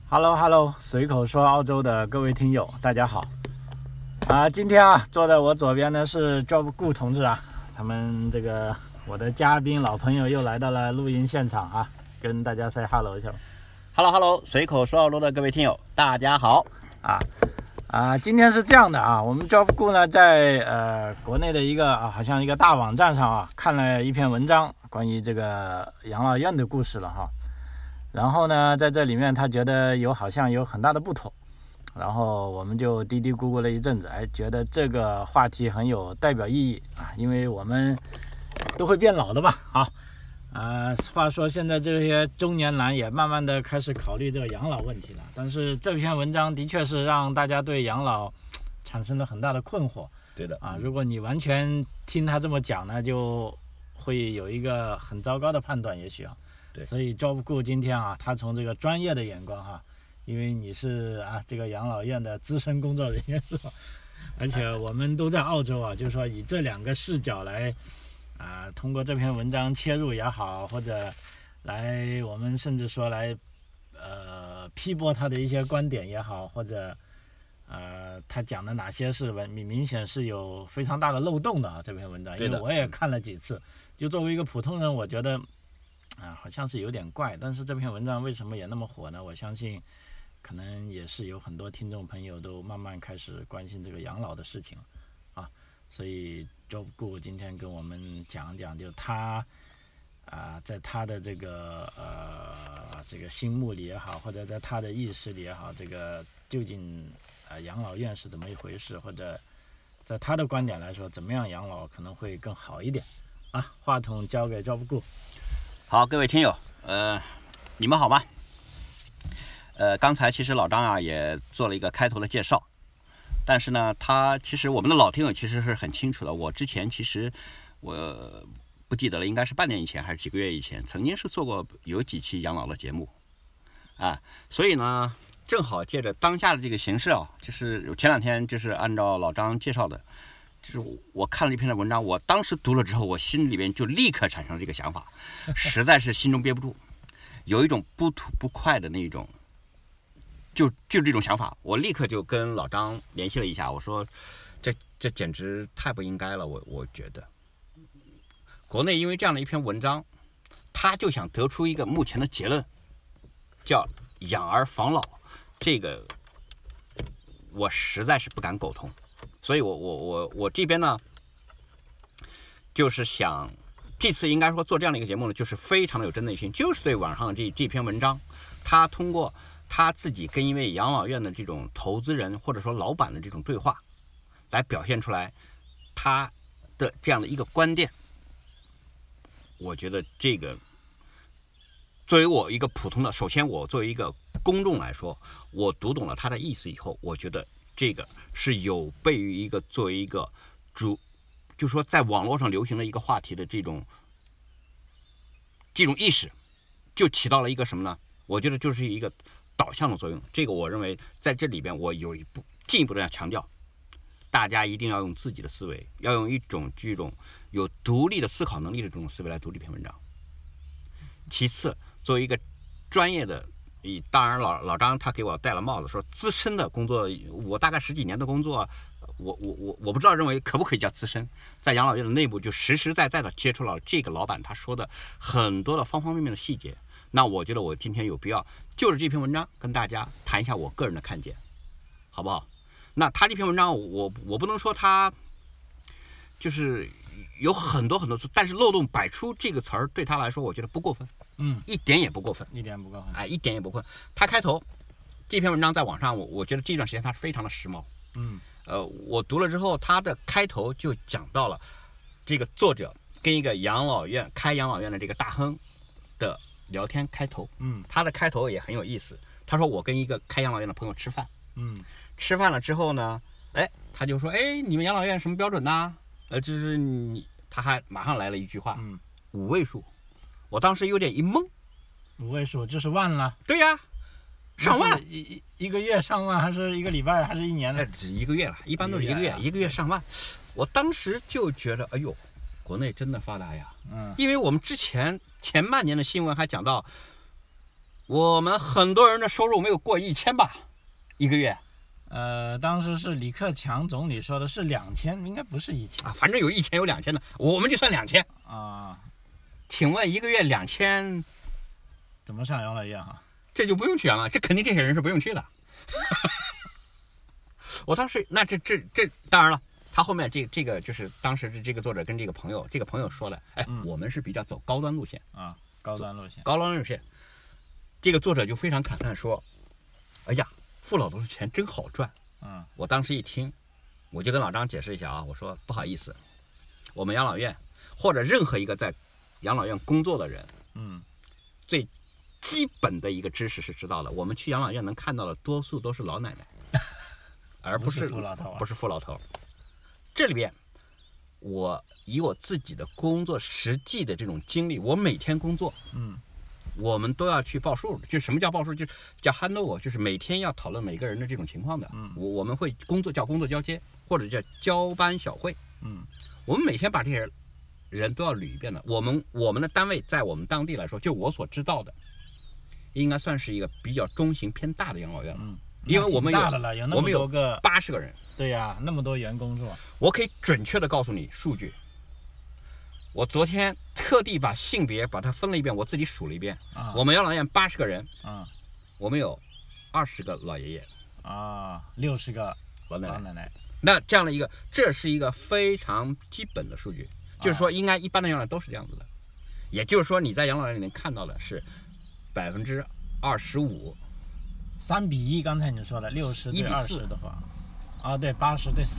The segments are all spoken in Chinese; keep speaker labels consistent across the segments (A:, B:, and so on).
A: Hello，随口说澳洲的各位听友，大家好。今天坐在我左边的是 Job Good 同志他们我的嘉宾老朋友又来到了录音现场跟大家 say hello 一下。
B: Hello， 随口说澳洲的各位听友，大家好。
A: 今天是这样的我们 Job Good 呢在国内的一个好像一个大网站上看了一篇文章，关于这个养老院的故事了然后呢，在这里面他觉得好像有很大的不妥，然后我们就嘀嘀咕咕了一阵子，觉得这个话题很有代表意义因为我们都会变老的嘛话说现在这些中年男也慢慢的开始考虑这个养老问题了，但是这篇文章的确是让大家对养老产生了很大的困惑。
B: 对的
A: 如果你完全听他这么讲呢，就会有一个很糟糕的判断，也许
B: 对，
A: 所以 Job Good 今天他从这个专业的眼光因为你是这个养老院的资深工作人员是吧？而且我们都在澳洲就是说以这两个视角来通过这篇文章切入也好，或者来我们甚至说来批驳他的一些观点也好，或者他讲的哪些是明显是有非常大的漏洞的这篇文章，因为我也看了几次，就作为一个普通人，我觉得好像是有点怪，但是这篇文章为什么也那么火呢？我相信可能也是有很多听众朋友都慢慢开始关心这个养老的事情所以 Job Good 今天跟我们讲讲，就他在他的这个心目里也好，或者在他的意识里也好，这个究竟养老院是怎么一回事，或者在他的观点来说，怎么样养老可能会更好一点话筒交给 Job Good。
B: 好，各位听友，你们好吗？刚才其实老张也做了一个开头的介绍，但是呢，其实我们的老听友其实是很清楚的。我之前其实我不记得了，应该是半年以前还是几个月以前，曾经是做过有几期养老的节目所以呢，正好借着当下的这个形势就是前两天就是按照老张介绍的。就是我看了一篇的文章，我当时读了之后，我心里边就立刻产生了这个想法，实在是心中憋不住，有一种不吐不快的那种，就这种想法，我立刻就跟老张联系了一下，我说这简直太不应该了，我觉得国内因为这样的一篇文章，他就想得出一个目前的结论，叫养儿防老，这个我实在是不敢苟同。所以我这边呢，就是想这次应该说做这样的一个节目呢，就是非常的有针对性，就是对网上的这篇文章，他通过他自己跟一位养老院的这种投资人或者说老板的这种对话，来表现出来他的这样的一个观点。我觉得这个作为我一个普通的，首先我作为一个公众来说，我读懂了他的意思以后，我觉得这个是有悖于一个作为一个就是说在网络上流行的一个话题的这种意识，就起到了一个什么呢？我觉得就是一个导向的作用。这个我认为在这里边我有进一步的要强调，大家一定要用自己的思维，要用这种有独立的思考能力的这种思维来读这篇文章。其次，作为一个专业的，当然老张他给我戴了帽子，说资深的工作，我大概10几年的工作，我不知道认为可不可以叫资深，在养老院的内部就实实在在的接触了这个老板他说的很多的方方面面的细节。那我觉得我今天有必要就是这篇文章跟大家谈一下我个人的看见，好不好？那他这篇文章我不能说他就是有很多但是漏洞百出这个词儿对他来说我觉得不过分，一点也不过分，
A: 一点不过分，
B: 一点也不过分。他开头这篇文章在网上，我觉得这段时间他是非常的时髦，我读了之后，他的开头就讲到了这个作者跟一个开养老院的这个大亨的聊天开头，他的开头也很有意思。他说我跟一个开养老院的朋友吃饭，吃饭了之后呢，他就说，你们养老院什么标准呢？就是他还马上来了一句话，5位数。我当时有点一懵
A: ，5位数就是万了。
B: 对呀，上万，
A: 一个月上万，还是一个礼拜，还是一年呢？
B: 只一个月了，一般都是一个月上万。我当时就觉得，哎呦，国内真的发达呀！因为我们前半年的新闻还讲到， 我们很多人的收入没有过1000吧，一个月。
A: 当时是李克强总理说的是2000，应该不是1000
B: 啊，反正有1000有2000的，我们就算2000
A: 啊。
B: 请问一个月2000，
A: 怎么上养老院哈？
B: 这就不用去养了，这肯定这些人是不用去的。我当时那这当然了，他后面这个就是当时这个作者跟这个朋友说的，哎，我们是比较走高端路线
A: 啊，高端路线。
B: 这个作者就非常感叹说，哎呀，父老头的钱真好赚。我当时一听，我就跟老张解释一下啊，我说不好意思，我们养老院或者任何一个在养老院工作的人，最基本的一个知识是知道的，我们去养老院能看到的多数都是老奶奶，而不是
A: 父老头，
B: 不是父老头。这里边，我以我自己的工作实际的这种经历，我每天工作，我们都要去报数，就什么叫报数，就叫 handover， 就是每天要讨论每个人的这种情况的。我们会工作交接，或者叫交班小会。我们每天把这些人都要捋一遍的。我们的单位在我们当地来说，就我所知道的，应该算是一个比较中型偏大的养老院了。因为我们
A: 大的了，有那么多个
B: 80个人。
A: 对呀，那么多员工是吧？
B: 我可以准确的告诉你数据。我昨天特地把性别把它分了一遍，我自己数了一遍。我们养老院80个人，我们有20个老爷爷
A: ，60个
B: 老奶奶。那这样的这是一个非常基本的数据，就是说应该一般的养老院都是这样子的。也就是说你在养老院里面看到的是25%。
A: 3:1，刚才你说的60对20的话，对80对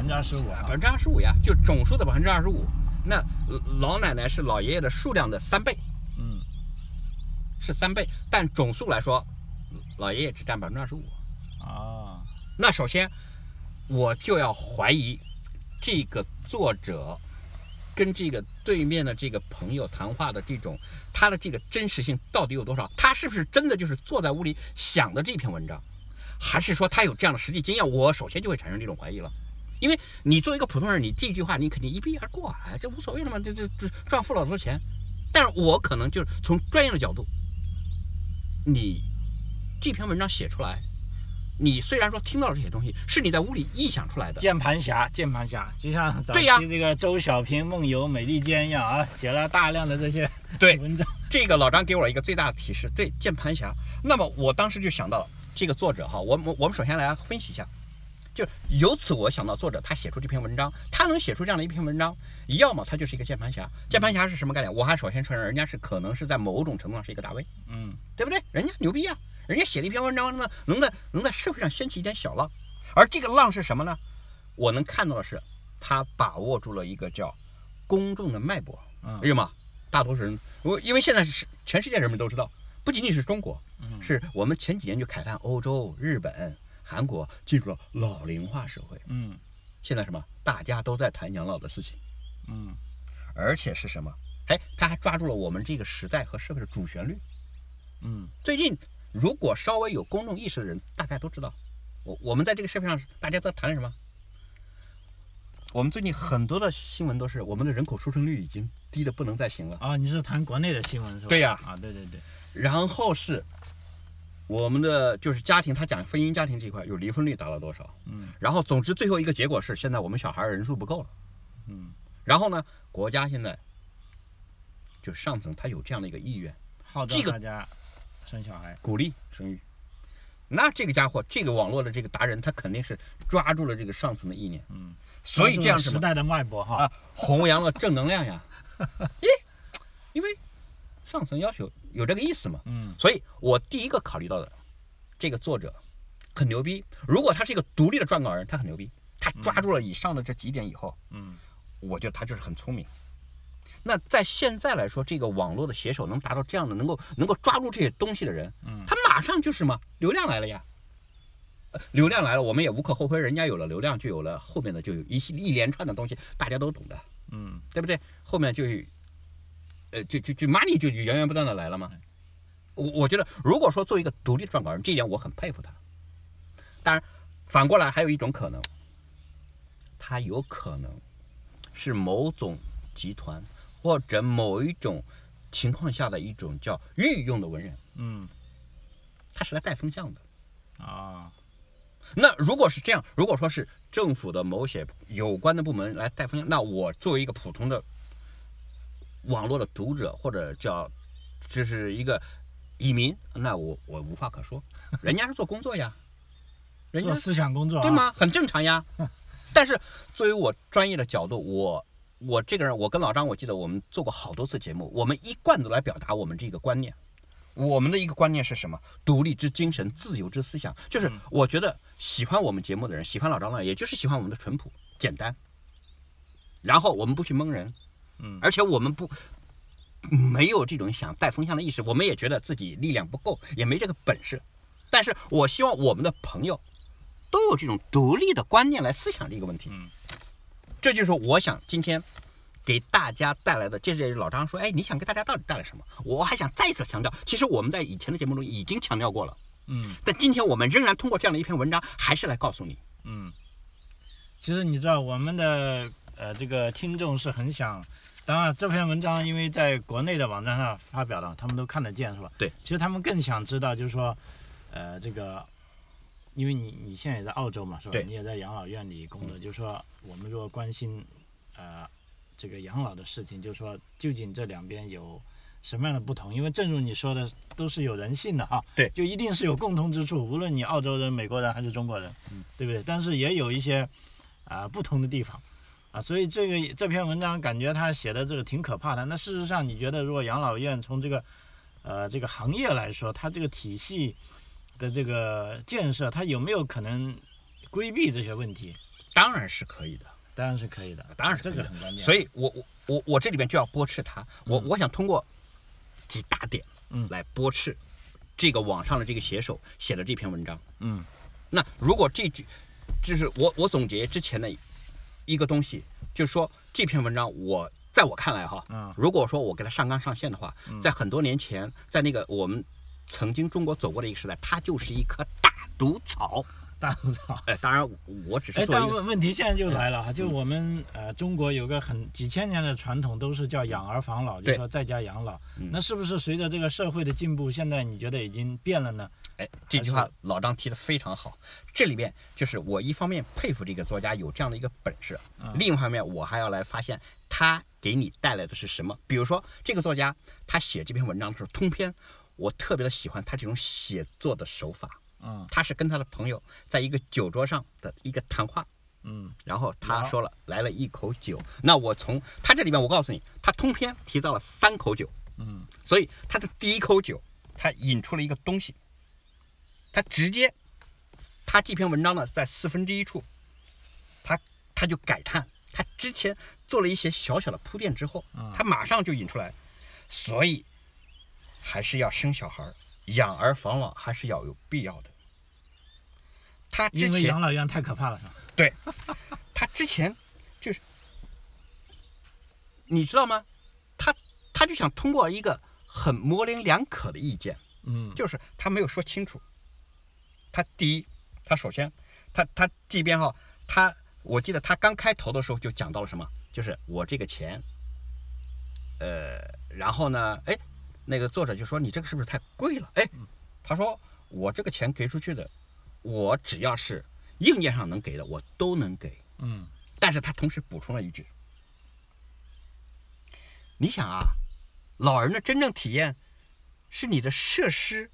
A: 4%，25%，25%
B: 呀，就总数的25%。那老奶奶是老爷爷的数量的3倍，是3倍，但总数来说，老爷爷只占25%。那首先我就要怀疑这个作者跟这个对面的这个朋友谈话的他的这个真实性到底有多少？他是不是真的就是坐在屋里想的这篇文章，还是说他有这样的实际经验？我首先就会产生这种怀疑了。因为你作为一个普通人，你这句话你肯定一避而过，这无所谓了嘛，这赚父老头钱。但是我可能就是从专业的角度，你这篇文章写出来，你虽然说听到了这些东西，是你在屋里臆想出来的。
A: 键盘侠，就像早期这个周小平梦游美利坚一样啊，写了大量的这些文章。
B: 这个老张给我了一个最大的提示，对，键盘侠。那么我当时就想到了这个作者哈，我们首先来分析一下。就由此我想到作者他写出这篇文章，他能写出这样的一篇文章，要么他就是一个键盘侠。键盘侠是什么概念？我还首先承认人家是可能是在某种程度上是一个大 V，对不对？人家牛逼啊，人家写了一篇文章呢，能在社会上掀起一点小浪。而这个浪是什么呢？我能看到的是他把握住了一个叫公众的脉搏。为什么？大多数人，因为现在是全世界人们都知道，不仅仅是中国，是我们前几年就开放欧洲、日本、韩国进入了老龄化社会。现在什么？大家都在谈养老的事情。而且是什么？他还抓住了我们这个时代和社会的主旋律。最近如果稍微有公众意识的人，大概都知道，我们在这个社会上大家在谈什么？我们最近很多的新闻都是我们的人口出生率已经低得不能再行了。
A: 你是谈国内的新闻是吧？
B: 对呀。
A: 对。
B: 然后是我们的就是家庭，他讲婚姻家庭这一块有离婚率达到多少？然后总之最后一个结果是现在我们小孩人数不够了。然后呢，国家现在就上层他有这样的一个意愿，
A: 号召大家生小孩，
B: 鼓励生育。那这个家伙，这个网络的这个达人，他肯定是抓住了这个上层的意念。所以这样
A: 时代的脉搏哈，
B: 弘扬了正能量呀。因为上层要求有这个意思嘛。所以我第一个考虑到的，这个作者很牛逼。如果他是一个独立的撰稿人，他很牛逼，他抓住了以上的这几点以后，我觉得他就是很聪明。那在现在来说，这个网络的写手能达到这样的，能够抓住这些东西的人，他马上就是嘛，流量来了呀。流量来了，我们也无可厚非，人家有了流量，就有了后面的就有一连串的东西，大家都懂的，对不对？后面就 money 就源源不断的来了嘛。我觉得，如果说作为一个独立的撰稿人，这一点我很佩服他。当然，反过来还有一种可能，他有可能是某种集团或者某一种情况下的一种叫御用的文人。 是来带风向的。
A: 啊，
B: 那如果是这样，如果说是政府的某些有关的部门来带风向，那我作为一个普通的网络的读者，或者叫就是一个蚁民，那我无话可说，人家是做工作呀，人家
A: 做思想工作、啊，
B: 对吗？很正常呀。但是作为我专业的角度，我这个人，我跟老张，我记得我们做过好多次节目，我们一贯都来表达我们这个观念。我们的一个观念是什么？独立之精神，自由之思想。就是我觉得喜欢我们节目的人，喜欢老张的人，也就是喜欢我们的淳朴、简单。然后我们不去蒙人，而且我们没有这种想带风向的意识，我们也觉得自己力量不够，也没这个本事。但是我希望我们的朋友都有这种独立的观念来思想这个问题。这就是我想今天给大家带来的。这是老张说，哎，你想给大家到底带来什么？我还想再次强调，其实我们在以前的节目中已经强调过了。但今天我们仍然通过这样的一篇文章，还是来告诉你。
A: 其实你知道我们的这个听众是很想。当然，这篇文章因为在国内的网站上发表的，他们都看得见，是吧？
B: 对。
A: 其实他们更想知道，就是说，这个，因为你现在也在澳洲嘛，是吧？
B: 对。
A: 你也在养老院里工作，就是说，我们如果关心，这个养老的事情，就是说，究竟这两边有什么样的不同？因为正如你说的，都是有人性的哈。
B: 对。
A: 就一定是有共同之处，无论你澳洲人、美国人还是中国人，对不对？但是也有一些不同的地方。所以这篇文章感觉他写的这个挺可怕的。那事实上，你觉得如果养老院从这个行业来说，它这个体系的这个建设，它有没有可能规避这些问题？
B: 当然是可以的，
A: 当然是可以的，
B: 当然是可以的，
A: 这个很关键。
B: 所以我这里边就要驳斥他。我想通过几大点来驳斥这个网上的这个写手写的这篇文章。那如果这句就是我总结之前的一个东西，就是说这篇文章在我看来哈，如果说我给它上纲上线的话，在很多年前，在那个我们曾经中国走过的一个时代，它就是一棵大毒草。
A: 大毒草。
B: 当然我只是做一个。
A: 但问题现在就来了哈，就我们中国有个几千年的传统，都是叫养儿防老，就是说在家养老。那是不是随着这个社会的进步，现在你觉得已经变了呢？
B: 这句话老张提的非常好。这里边就是我一方面佩服这个作家有这样的一个本事，另一方面我还要来发现他给你带来的是什么。比如说这个作家他写这篇文章的时候通篇，我特别的喜欢他这种写作的手法。他是跟他的朋友在一个酒桌上的一个谈话。然后他说了来了一口酒，那我从他这里边我告诉你，他通篇提到了3口酒。所以他的第一口酒他引出了一个东西，他这篇文章呢在1/4处他就感叹，他之前做了一些小小的铺垫之后，他马上就引出来，所以还是要生小孩，养儿防老还是要有必要的。他之前
A: 因为养老院太可怕了，是吧？
B: 对，他之前就是你知道吗？他就想通过一个很模棱两可的意见，就是他没有说清楚。他第一，他首先他这边我记得他刚开头的时候就讲到了什么，就是我这个钱，然后呢，那个作者就说你这个是不是太贵了？他说我这个钱给出去的，我只要是硬件上能给的，我都能给。但是他同时补充了一句，你想啊，老人的真正体验是你的设施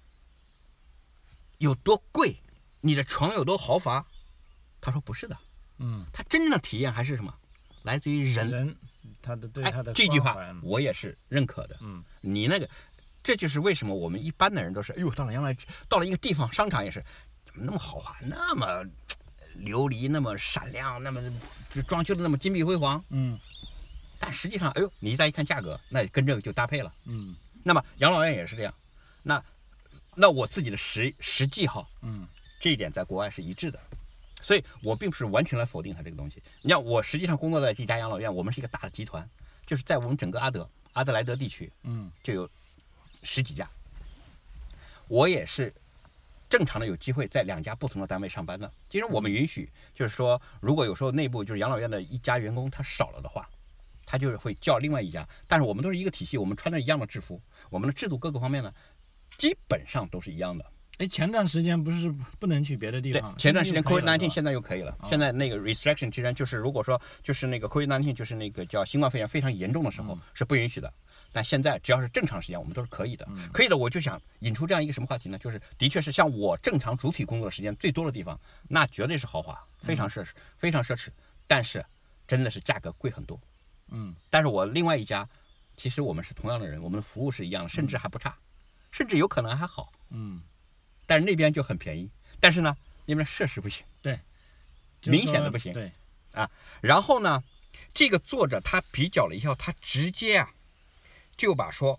B: 有多贵，你的床有多豪华。他说不是的，他真正的体验还是什么？来自于人
A: 他的对他的
B: 这句话我也是认可的。你那个，这就是为什么我们一般的人都是，到了原来到了一个地方商场也是，怎么那么豪华，那么琉璃，那么闪亮，那么就装修的那么金碧辉煌。但实际上，你再一看价格，那跟这个就搭配了。那么养老院也是这样。那我自己的实际这一点在国外是一致的。所以我并不是完全来否定它这个东西。你看，我实际上工作在这家养老院，我们是一个大的集团，就是在我们整个阿德莱德地区，就有10几家。我也是正常的有机会在2家不同的单位上班的。其实我们允许，就是说，如果有时候内部就是养老院的一家员工他少了的话，他就是会叫另外一家，但是我们都是一个体系，我们穿着一样的制服，我们的制度各个方面呢，基本上都是一样的。
A: 哎，前段时间不是不能去别的地
B: 对
A: 方？，
B: 前段时间 COVID-19
A: 现
B: 现在又可以了。现在那个 restriction 既然就是如果说就是那个 COVID-19 就是那个叫新冠肺炎非常严重的时候是不允许的。但现在只要是正常时间，我们都是可以的。可以的，我就想引出这样一个什么话题呢？就是的确是像我正常主体工作时间最多的地方，那绝对是豪华，非常奢侈，非常奢侈。但是真的是价格贵很多。但是我另外一家，其实我们是同样的人，我们的服务是一样的，甚至还不差，甚至有可能还好。但是那边就很便宜，但是呢，那边设施不行，
A: 对，
B: 明显的不行。
A: 对
B: 啊，然后呢，这个作者他比较了一下，他直接就把说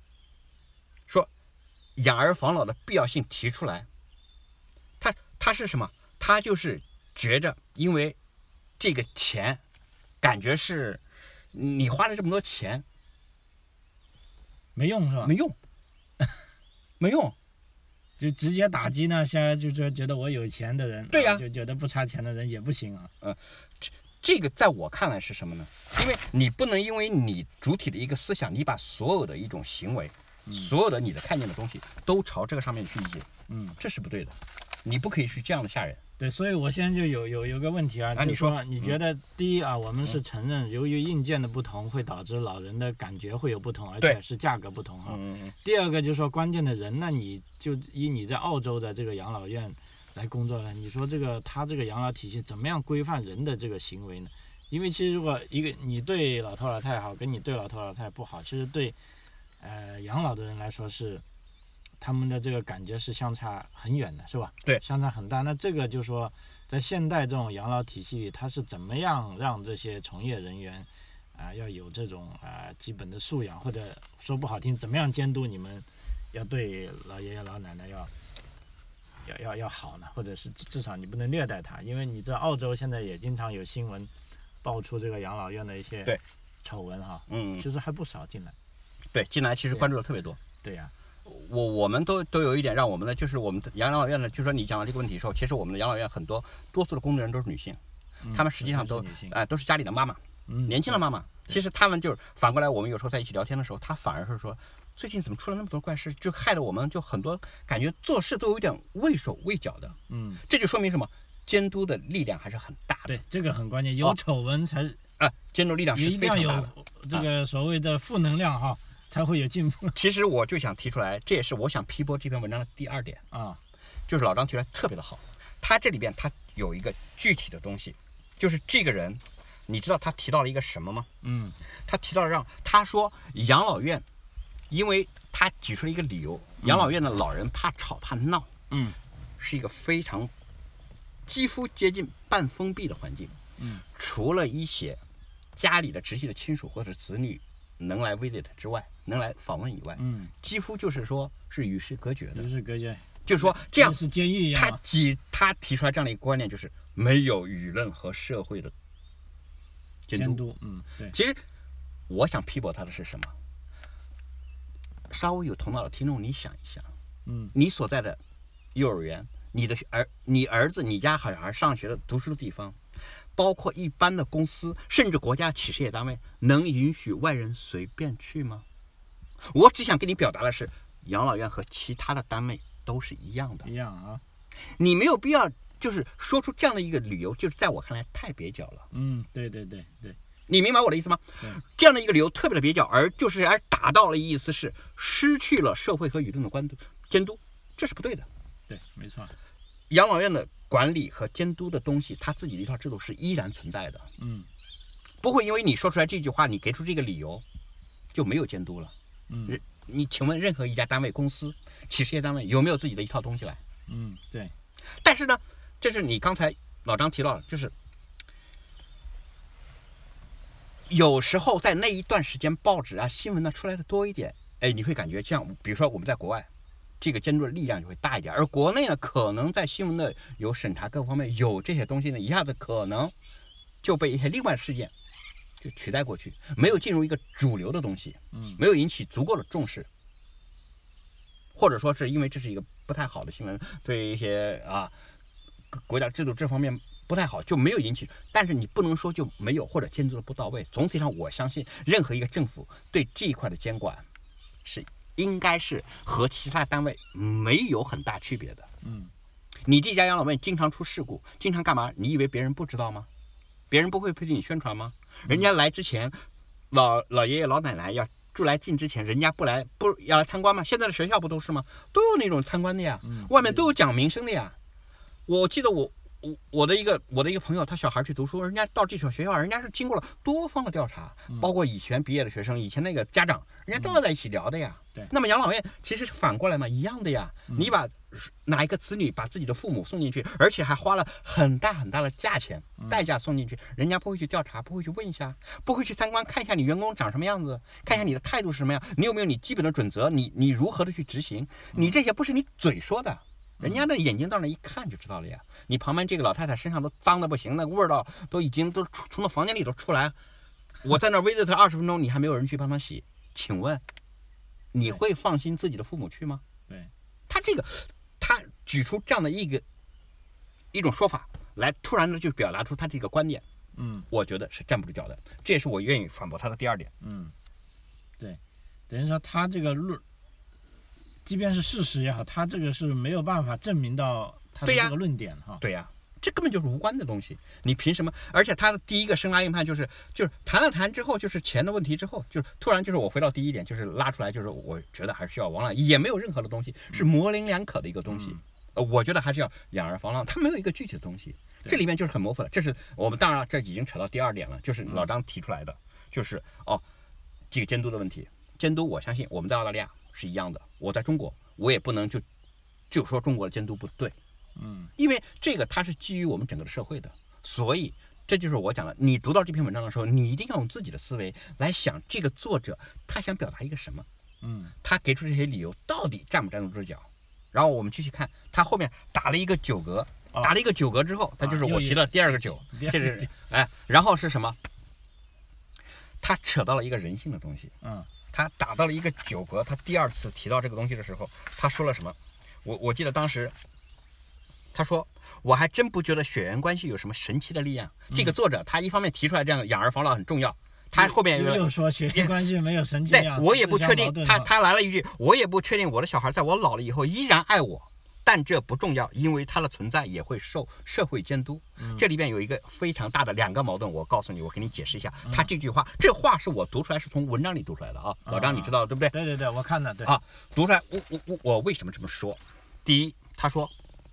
B: 养儿防老的必要性提出来。他是什么？他就是觉着，因为这个钱，感觉是你花了这么多钱，
A: 没用是吧？
B: 没用，没用。
A: 就直接打击呢，现在就是觉得我有钱的人，
B: 对呀，
A: 就觉得不差钱的人也不行啊。
B: 这个在我看来是什么呢？因为你不能因为你主体的一个思想，你把所有的一种行为，所有的你的看见的东西都朝这个上面去理解，这是不对的。你不可以去这样的吓人。
A: 对，所以我现在就有个问题啊，就是说，你觉得第一啊，我们是承认由于硬件的不同，会导致老人的感觉会有不同，而且是价格不同哈。第二个就是说，关键的人呢，你就以你在澳洲的这个养老院来工作了，你说他这个养老体系怎么样规范人的这个行为呢？因为其实如果你对老头老太好，跟你对老头老太不好，其实对养老的人来说是。他们的这个感觉是相差很远的，是吧？
B: 对，
A: 相差很大。那这个就是说，在现代这种养老体系，它是怎么样让这些从业人员要有这种基本的素养，或者说不好听，怎么样监督你们要对老爷爷老奶奶要好呢？或者是至少你不能虐待他，因为你知道澳洲现在也经常有新闻爆出这个养老院的一些丑闻哈，其实还不少进来。
B: 对，进来其实关注的特别多。
A: 对呀。
B: 我们都有一点让我们的，就是我们养老院呢，就说你讲到这个问题的时候，其实我们的养老院多数的工作人员都是女性，她们实际上都是家里的妈妈，年轻的妈妈。其实她们就是反过来，我们有时候在一起聊天的时候，她反而是说，最近怎么出了那么多怪事，就害得我们就很多感觉做事都有点畏手畏脚的。这就说明什么？监督的力量还是很大的。
A: 对，这个很关键，有丑闻才是
B: 监督力量是非常大的。
A: 一定要有这个所谓的负能量哈。才会有进步。
B: 其实我就想提出来，这也是我想批驳这篇文章的第二点就是老张提出来特别的好。他这里边他有一个具体的东西，就是这个人，你知道他提到了一个什么吗？他提到了他说养老院，因为他举出了一个理由，养老院的老人怕吵怕闹，是一个非常几乎接近半封闭的环境，除了一些家里的直系的亲属或者子女能来 visit 之外，能来访问以外，几乎就是说是与世隔绝的。
A: 与世隔绝，
B: 就是说这样
A: 是监狱一样。
B: 他提出来这样的一个观念，就是没有舆论和社会的监督。
A: 对。
B: 其实我想批驳他的是什么？稍微有头脑的听众，你想一想，你所在的幼儿园，你儿子、你家小孩上学的读书的地方。包括一般的公司，甚至国家企事业单位，能允许外人随便去吗？我只想跟你表达的是，养老院和其他的单位都是一样的。
A: 一样啊。
B: 你没有必要就是说出这样的一个理由，就是在我看来太蹩脚了。
A: 对。
B: 你明白我的意思吗？这样的一个理由特别的蹩脚，而达到了意思是失去了社会和舆论的监督，这是不对的。
A: 对，没错。
B: 养老院的管理和监督的东西，它自己的一套制度是依然存在的。不会因为你说出来这句话，你给出这个理由，就没有监督了。你请问任何一家单位、公司、企事业单位有没有自己的一套东西来？
A: 对。
B: 但是呢，这是你刚才老张提到的，就是有时候在那一段时间，报纸新闻出来的多一点，你会感觉像，比如说我们在国外。这个监督的力量就会大一点，而国内呢，可能在新闻的有审查各方面有这些东西呢，一下子可能就被一些另外事件就取代过去，没有进入一个主流的东西，没有引起足够的重视，或者说是因为这是一个不太好的新闻，对一些国家制度这方面不太好，就没有引起。但是你不能说就没有或者监督的不到位。总体上，我相信任何一个政府对这一块的监管是应该是和其他单位没有很大区别的。
A: 嗯，
B: 你这家养老院经常出事故，经常干嘛？你以为别人不知道吗？别人不会陪你宣传吗？人家来之前，老爷爷老奶奶要住来进之前，人家不要来参观吗？现在的学校不都是吗？都有那种参观的呀，外面都有讲民生的呀。我记得我的一个朋友，他小孩去读书，人家到这所学校，人家是经过了多方的调查，包括以前毕业的学生，以前那个家长，人家都要在一起聊的呀。
A: 对。
B: 那么养老院其实是反过来嘛，一样的呀。你把哪一个子女把自己的父母送进去，而且还花了很大很大的价钱代价送进去，人家不会去调查，不会去问一下，不会去参观看一下你员工长什么样子，看一下你的态度是什么样，你有没有你基本的准则，你如何的去执行，你这些不是你嘴说的。人家的眼睛到那一看就知道了呀！你旁边这个老太太身上都脏的不行，那个味道都已经从那房间里头出来。我在那visit 20分钟，你还没有人去帮她洗，请问你会放心自己的父母去吗？
A: 对，
B: 他举出这样的一种说法来，突然的就表达出他这个观点，我觉得是站不住脚的。这也是我愿意反驳他的第二点。
A: 对，等于说他这个论。即便是事实也好，他这个是没有办法证明到他的这个论点哈。
B: 对呀，这根本就是无关的东西，你凭什么？而且他的第一个生拉硬派就是谈了谈之后，就是钱的问题之后，就是突然就是我回到第一点，就是拉出来，就是我觉得还是需要养老，也没有任何的东西是模棱两可的一个东西。我觉得还是要养儿防老，他没有一个具体的东西，这里面就是很模糊的。这是我们当然这已经扯到第二点了，就是老张提出来的，就是这个监督的问题。监督，我相信我们在澳大利亚是一样的，我在中国我也不能就说中国的监督不对，因为这个它是基于我们整个的社会的，所以这就是我讲的，你读到这篇文章的时候，你一定要用自己的思维来想这个作者他想表达一个什么，他给出这些理由到底站不站得住脚。然后我们继续看，他后面打了一个9格，打了一个9格之后，他就是我提的第二个9，这是然后是什么？他扯到了一个人性的东西，他打到了一个9格，他第二次提到这个东西的时候，他说了什么？我记得当时他说，我还真不觉得血缘关系有什么神奇的力量。这个作者他一方面提出来这样养儿防老很重要，他后面
A: 又说血缘关系没有神奇力量，
B: 对，我也不确定。他来了一句，我也不确定我的小孩在我老了以后依然爱我。但这不重要，因为它的存在也会受社会监督。这里边有一个非常大的2个矛盾，我告诉你，我给你解释一下。他这句话，这话是我读出来，是从文章里读出来的啊。老张，你知道的对不对？
A: 对对对，我看了。对
B: 啊，读出来，我为什么这么说？第一，他说，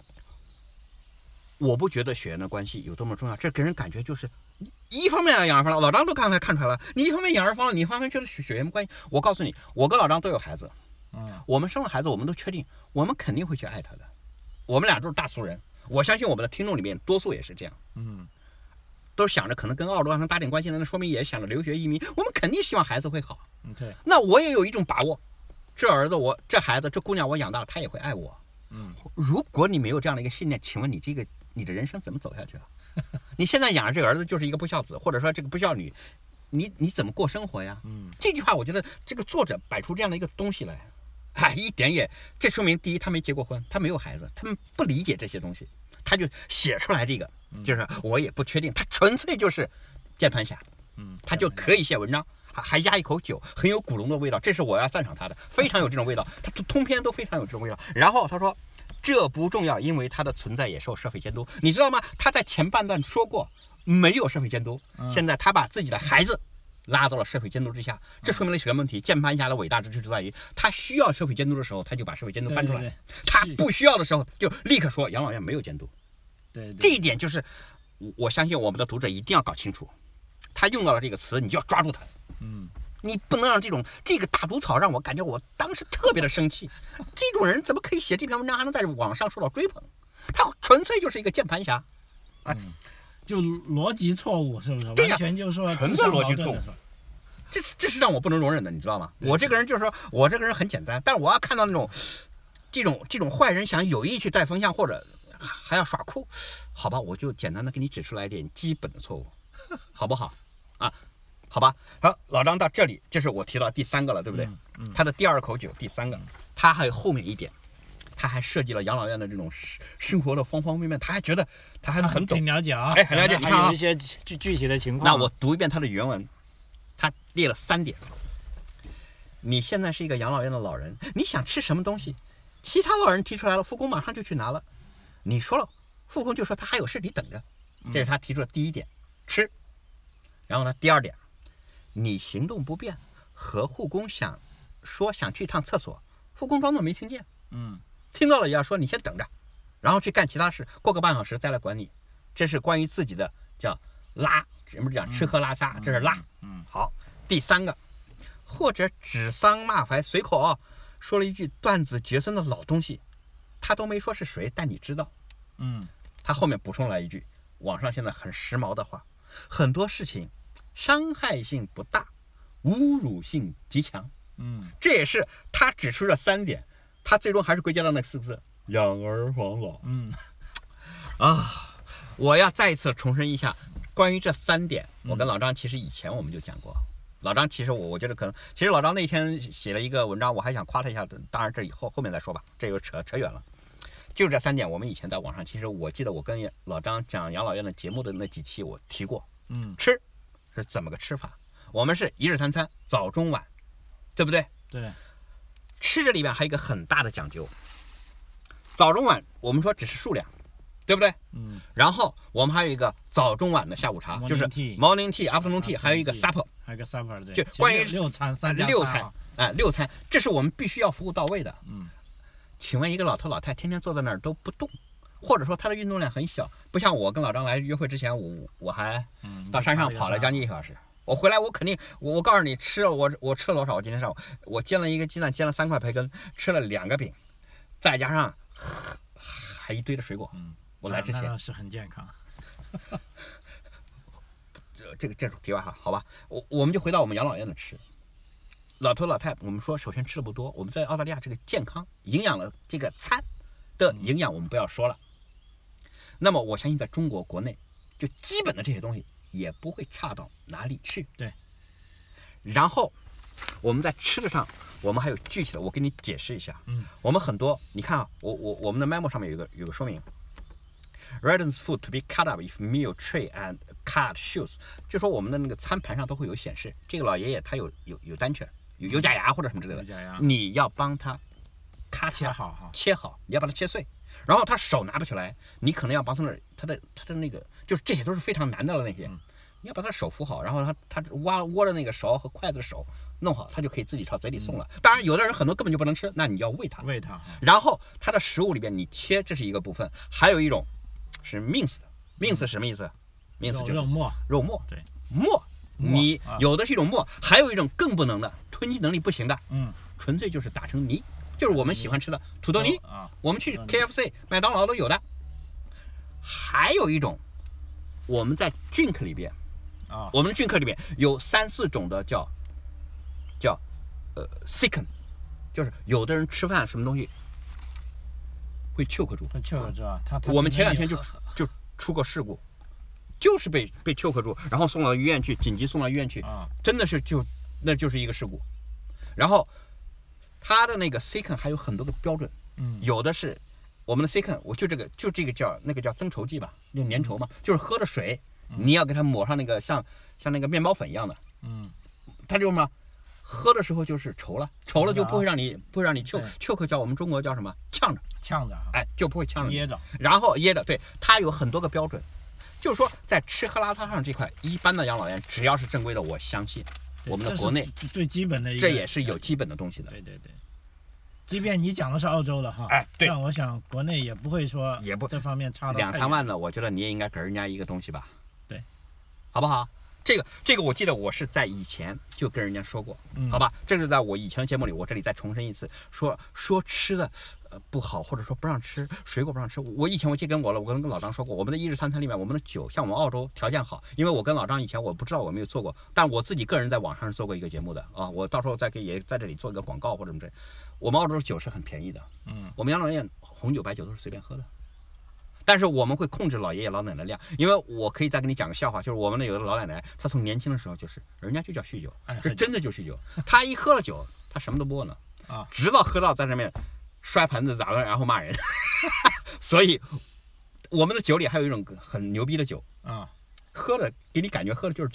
B: 我不觉得血缘的关系有多么重要，这给人感觉就是一方面养儿防老，老张都刚才看出来了，你一方面养儿防老，你一方面觉得血缘关系。我告诉你，我跟老张都有孩子。我们生了孩子，我们都确定，我们肯定会去爱他的。我们俩都是大俗人，我相信我们的听众里面多数也是这样。都想着可能跟澳洲能搭点关系的，那说明也想着留学移民。我们肯定希望孩子会好。
A: 对。
B: 那我也有一种把握，这儿子这孩子这姑娘我养大了，她也会爱我。如果你没有这样的一个信念，请问你的人生怎么走下去啊？你现在养着这个儿子就是一个不孝子，或者说这个不孝女，你怎么过生活呀？这句话我觉得这个作者摆出这样的一个东西来。一点也，这说明第一他没结过婚，他没有孩子，他们不理解这些东西，他就写出来这个，就是我也不确定，他纯粹就是键盘侠，他就可以写文章，还压一口酒，很有古龙的味道，这是我要赞赏他的，非常有这种味道，他通篇都非常有这种味道。然后他说这不重要，因为它的存在也受社会监督，你知道吗？他在前半段说过没有社会监督，现在他把自己的孩子拉到了社会监督之下，这说明了什么问题？键盘侠的伟大之处就在于，他需要社会监督的时候，他就把社会监督搬出来；他不需要的时候，就立刻说养老院没有监督。这一点就是我相信我们的读者一定要搞清楚，他用到了这个词，你就要抓住他。你不能让这个大毒草让我感觉我当时特别的生气。这种人怎么可以写这篇文章还能在网上受到追捧？他纯粹就是一个键盘侠。
A: 就逻辑错误，是不是？完全就是说
B: 纯粹逻辑错误。这是让我不能容忍的，你知道吗？我这个人就是说，我这个人很简单，但我要看到这种坏人想有意去带风向，或者还要耍酷，好吧，我就简单的给你指出来一点基本的错误，好不好？好吧。好，老张到这里，这是我提到第3个了，对不对？他的第2口酒，第3个，他还有后面一点。他还涉及了养老院的这种生活的方方面面，他还觉得他还很懂，
A: 挺了解啊，
B: 很了解。你看
A: 还有一些具体的情况。
B: 那我读一遍他的原文，他列了3点。 你现在是一个养老院的老人，你想吃什么东西，其他老人提出来了，护工马上就去拿了。你说了，护工就说他还有事，你等着。这是他提出的第一点，吃。然后呢，第二点，你行动不便，和护工想去一趟厕所，护工装作没听见。听到了也要说你先等着，然后去干其他事，过个半小时再来管你。这是关于自己的叫拉，什么讲吃喝拉撒，这是拉。好，第三个，或者指桑骂槐，随口说了一句断子绝孙的老东西，他都没说是谁，但你知道。他后面补充了一句网上现在很时髦的话，很多事情伤害性不大，侮辱性极强。这也是他指出这3点，他最终还是归结到那4个字：养儿防老。我要再一次重申一下，关于这3点，我跟老张其实以前我们就讲过。老张其实我觉得可能，其实老张那天写了一个文章，我还想夸他一下，当然这以后面再说吧，这又扯远了。就这3点，我们以前在网上，其实我记得我跟老张讲养老院的节目的那几期我提过。吃是怎么个吃法？我们是一日3餐，早中晚，对不对？
A: 对。
B: 吃这里边还有一个很大的讲究，早中晚我们说只是数量，对不对？然后我们还有一个早中晚的下午茶，就是 morning tea、afternoon tea， 还有一个 supper，
A: 还有一个 supper，
B: 就关于
A: 6餐
B: 6餐，这是我们必须要服务到位的。请问一个老头老太天天坐在那儿都不动，或者说他的运动量很小，不像我跟老张来约会之前，我还到山上跑了将近1个小时。我回来我肯定，我告诉你吃了我吃了多少？我今天上午我煎了一个鸡蛋，煎了3块培根，吃了2个饼，再加上还一堆的水果。我来之前
A: 是很健康。
B: 这是题外话，好吧？我们就回到我们养老院的吃。老头老太，我们说首先吃的不多，我们在澳大利亚这个健康营养的这个餐的营养我们不要说了。那么我相信在中国国内，就基本的这些东西也不会差到哪里去。
A: 对。
B: 然后我们在吃的上，我们还有具体的，我给你解释一下。我们很多，你看我们的 memo 上面有个说明。Residents food to be cut up if meal tray and card shoes， 就说我们的那个餐盘上都会有显示，这个老爷爷他有单犬，有假牙或者什么之类的，你要帮他
A: 切好，
B: 你要把它切碎，然后他手拿不起来，你可能要帮他的那个，就是这些都是非常难的了那些，你要把他手扶好，然后他握着那个勺和筷子的手弄好，他就可以自己朝嘴里送了。当然有的人很多根本就不能吃，那你要喂他。然后他的食物里边你切，这是一个部分，还有一种是 mince 的。mince 是什么意思？mince 就是肉末。
A: 对，
B: 末。你有的是一种末，还有一种更不能的，吞咽能力不行的，纯粹就是打成泥，就是我们喜欢吃的土豆泥。我们去 KFC、麦当劳都有的。还有一种，我们在 drink 里边，我们的 drink 里边有3、4种的叫sicken， 就是有的人吃饭什么东西会choke住。我们前2天就出过事故，就是被choke住，然后送到医院去，紧急送到医院去，真的是那就是一个事故。然后他的那个 sicken 还有很多个标准，有的是我们的 sicken， 我就这个叫增稠剂吧，用粘稠嘛，就是喝的水，你要给它抹上那个像那个面包粉一样的，它就什么？喝的时候就是稠了就不会让你choke，叫我们中国叫什么？呛着，就不会呛着，
A: 噎着，
B: 然后噎着。对，它有很多个标准，就是说在吃喝拉撒上这块，一般的养老院只要是正规的，我相信我们的国内
A: 最基本的，
B: 这也是有基本的东西的。
A: 对，即便你讲的是澳洲的哈，
B: 对，
A: 但我想国内也不会说这方面差到
B: 2、3万的，我觉得你也应该给人家一个东西吧，
A: 对，
B: 好不好？这个我记得我是在以前就跟人家说过，好吧？这是在我以前的节目里，我这里再重申一次，说吃的不好，或者说不让吃水果不让吃。我以前我记得我跟老张说过，我们的1日3餐里面，我们的酒，像我们澳洲条件好，因为我跟老张以前我不知道我没有做过，但我自己个人在网上是做过一个节目的啊，我到时候也在这里做一个广告或者什么之类。我们澳洲的酒是很便宜的，我们养老院红酒白酒都是随便喝的。但是我们会控制老爷爷老奶奶量，因为我可以再给你讲个笑话，就是我们的有的老奶奶，她从年轻的时候就是人家就叫酗酒，这真的就酗酒。她一喝了酒，她什么都不问了直到喝到在上面摔盘子砸了，然后骂人。所以我们的酒里还有一种很牛逼的酒喝了给你感觉喝的就是酒，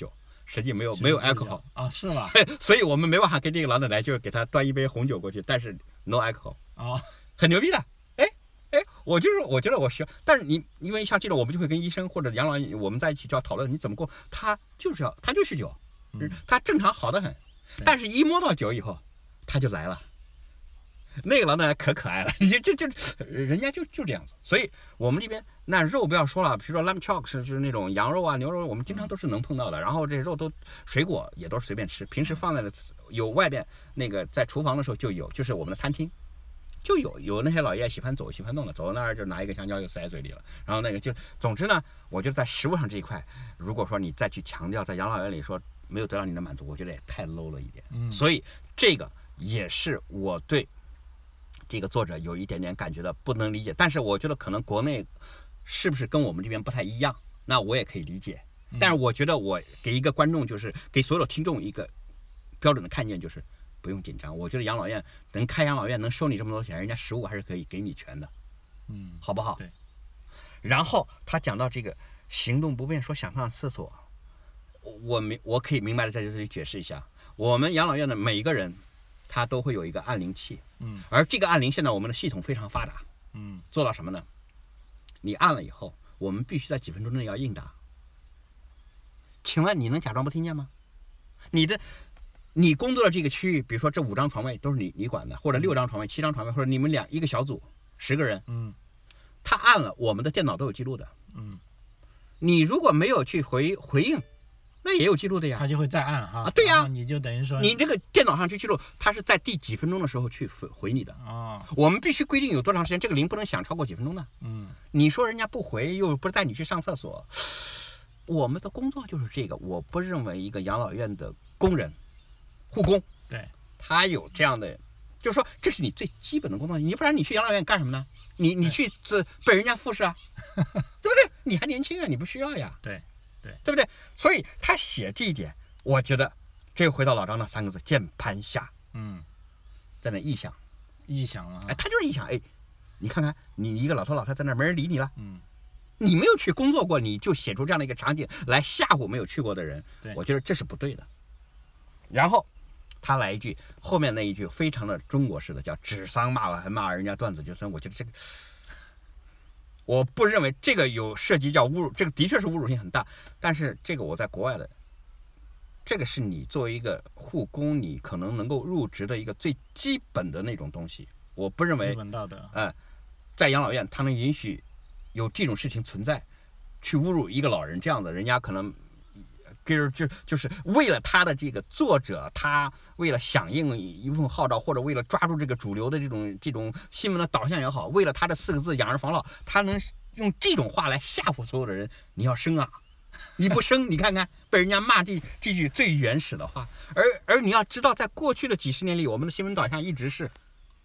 B: 实际没有 alcohol
A: 啊，是吧？
B: 所以我们没办法跟这个老奶奶就是给她端一杯红酒过去，但是 no alcohol
A: 啊，
B: 很牛逼的。我觉得我需要，但是你因为像这种，我们就会跟医生或者养老院我们在一起就要讨论你怎么过，他就酗酒，他正常好得很，但是一摸到酒以后，他就来了。那个老奶奶可爱了，人家就这样子，所以我们这边那肉不要说了，比如说 lamb chop 就是那种羊肉啊、牛肉，我们经常都是能碰到的。然后这肉都水果也都是随便吃，平时放在有外边那个在厨房的时候就有，就是我们的餐厅就有那些老爷喜欢弄的，走到那儿就拿一个香蕉就塞嘴里了。然后那个就总之呢，我觉得在食物上这一块，如果说你再去强调在养老院里说没有得到你的满足，我觉得也太 low 了一点。所以这个也是我对这个作者有一点点感觉的不能理解，但是我觉得可能国内是不是跟我们这边不太一样，那我也可以理解。但是我觉得我给一个观众，就是给所有听众一个标准的看见，就是不用紧张。我觉得养老院能开养老院能收你这么多钱，人家食物还是可以给你全的，好不好？
A: 对。
B: 然后他讲到这个行动不便，说想上厕所，我可以明白的在这里解释一下，我们养老院的每一个人他都会有一个按铃器，而这个按铃现在我们的系统非常发达，做到什么呢？你按了以后，我们必须在几分钟内要应答。请问你能假装不听见吗？你工作的这个区域，比如说这5张床位都是你管的，或者6张床位、7张床位，或者你们一个小组10个人，他按了，我们的电脑都有记录的，你如果没有去回应，那也有记录的呀，
A: 他就会再按哈。
B: 对呀，
A: 你就等于说
B: 你这个电脑上去记录，他是在第几分钟的时候去回你的
A: 啊。
B: 我们必须规定有多长时间，这个铃不能响超过几分钟的。你说人家不回，又不是带你去上厕所，我们的工作就是这个。我不认为一个养老院的工人、护工，
A: 对，
B: 他有这样的，就是说这是你最基本的工作，你不然你去养老院干什么呢？你去被人家复试啊，对不对？你还年轻啊，你不需要呀。对不对？所以他写这一点，我觉得这又回到老张那3个字：键盘侠。在那臆想了，他就是臆想。你看看，你一个老头老太在那没人理你了，你没有去工作过，你就写出这样的一个场景来吓唬没有去过的人，我觉得这是不对的。然后他来一句，后面那一句非常的中国式的，叫指桑骂槐，还骂人家断子绝孙。我觉得这个。我不认为这个有涉及叫侮辱，这个的确是侮辱性很大，但是这个我在国外的，这个是你作为一个护工，你可能能够入职的一个最基本的那种东西。我不认为
A: 基本道德，
B: 在养老院他能允许有这种事情存在，去侮辱一个老人这样的，人家可能就是为了他的这个作者，他为了响应一部分号召，或者为了抓住这个主流的这种新闻的导向也好，为了他的4个字养儿防老，他能用这种话来吓唬所有的人。你要生啊，你不生，你看看被人家骂这句最原始的话。而你要知道，在过去的几十年里，我们的新闻导向一直是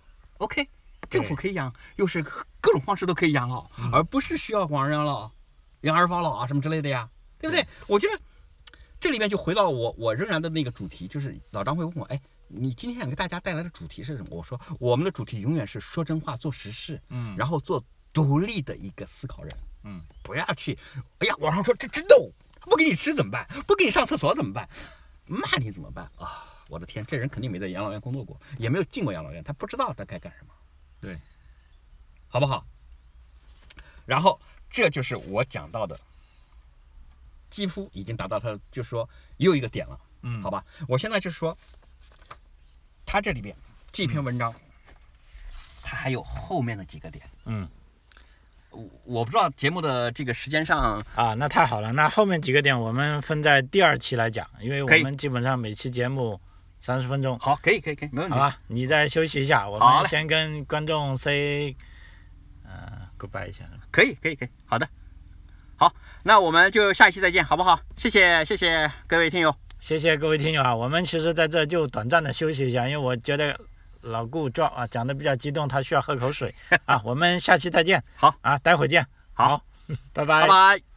B: OK， 政府可以养，又是各种方式都可以养老，而不是需要广而养老、养儿防老啊什么之类的呀，对不对？我觉得。这里面就回到我仍然的那个主题，就是老张会问我，你今天想给大家带来的主题是什么？我说我们的主题永远是说真话、做实事，然后做独立的一个思考人，不要去，网上说这真逗，不给你吃怎么办？不给你上厕所怎么办？骂你怎么办啊？我的天，这人肯定没在养老院工作过，也没有进过养老院，他不知道他该干什么，
A: 对，
B: 好不好？然后这就是我讲到的。几乎已经达到他就是说又一个点了，好吧？我现在就是说，他这里边这篇文章，他还有后面的几个点，我不知道节目的这个时间上
A: 啊，那太好了，那后面几个点我们分在第2期来讲，因为我们基本上每期节目30分钟，
B: 好，可以，没问题，
A: 好吧？你再休息一下，我们先跟观众 say goodbye 一下，
B: 可以，好的。好，那我们就下一期再见，好不好？谢谢各位听友，
A: 谢谢各位听友啊！我们其实在这就短暂的休息一下，因为我觉得老顾讲的比较激动，他需要喝口水啊。我们下期再见，
B: 好
A: 啊，待会见，好，拜拜。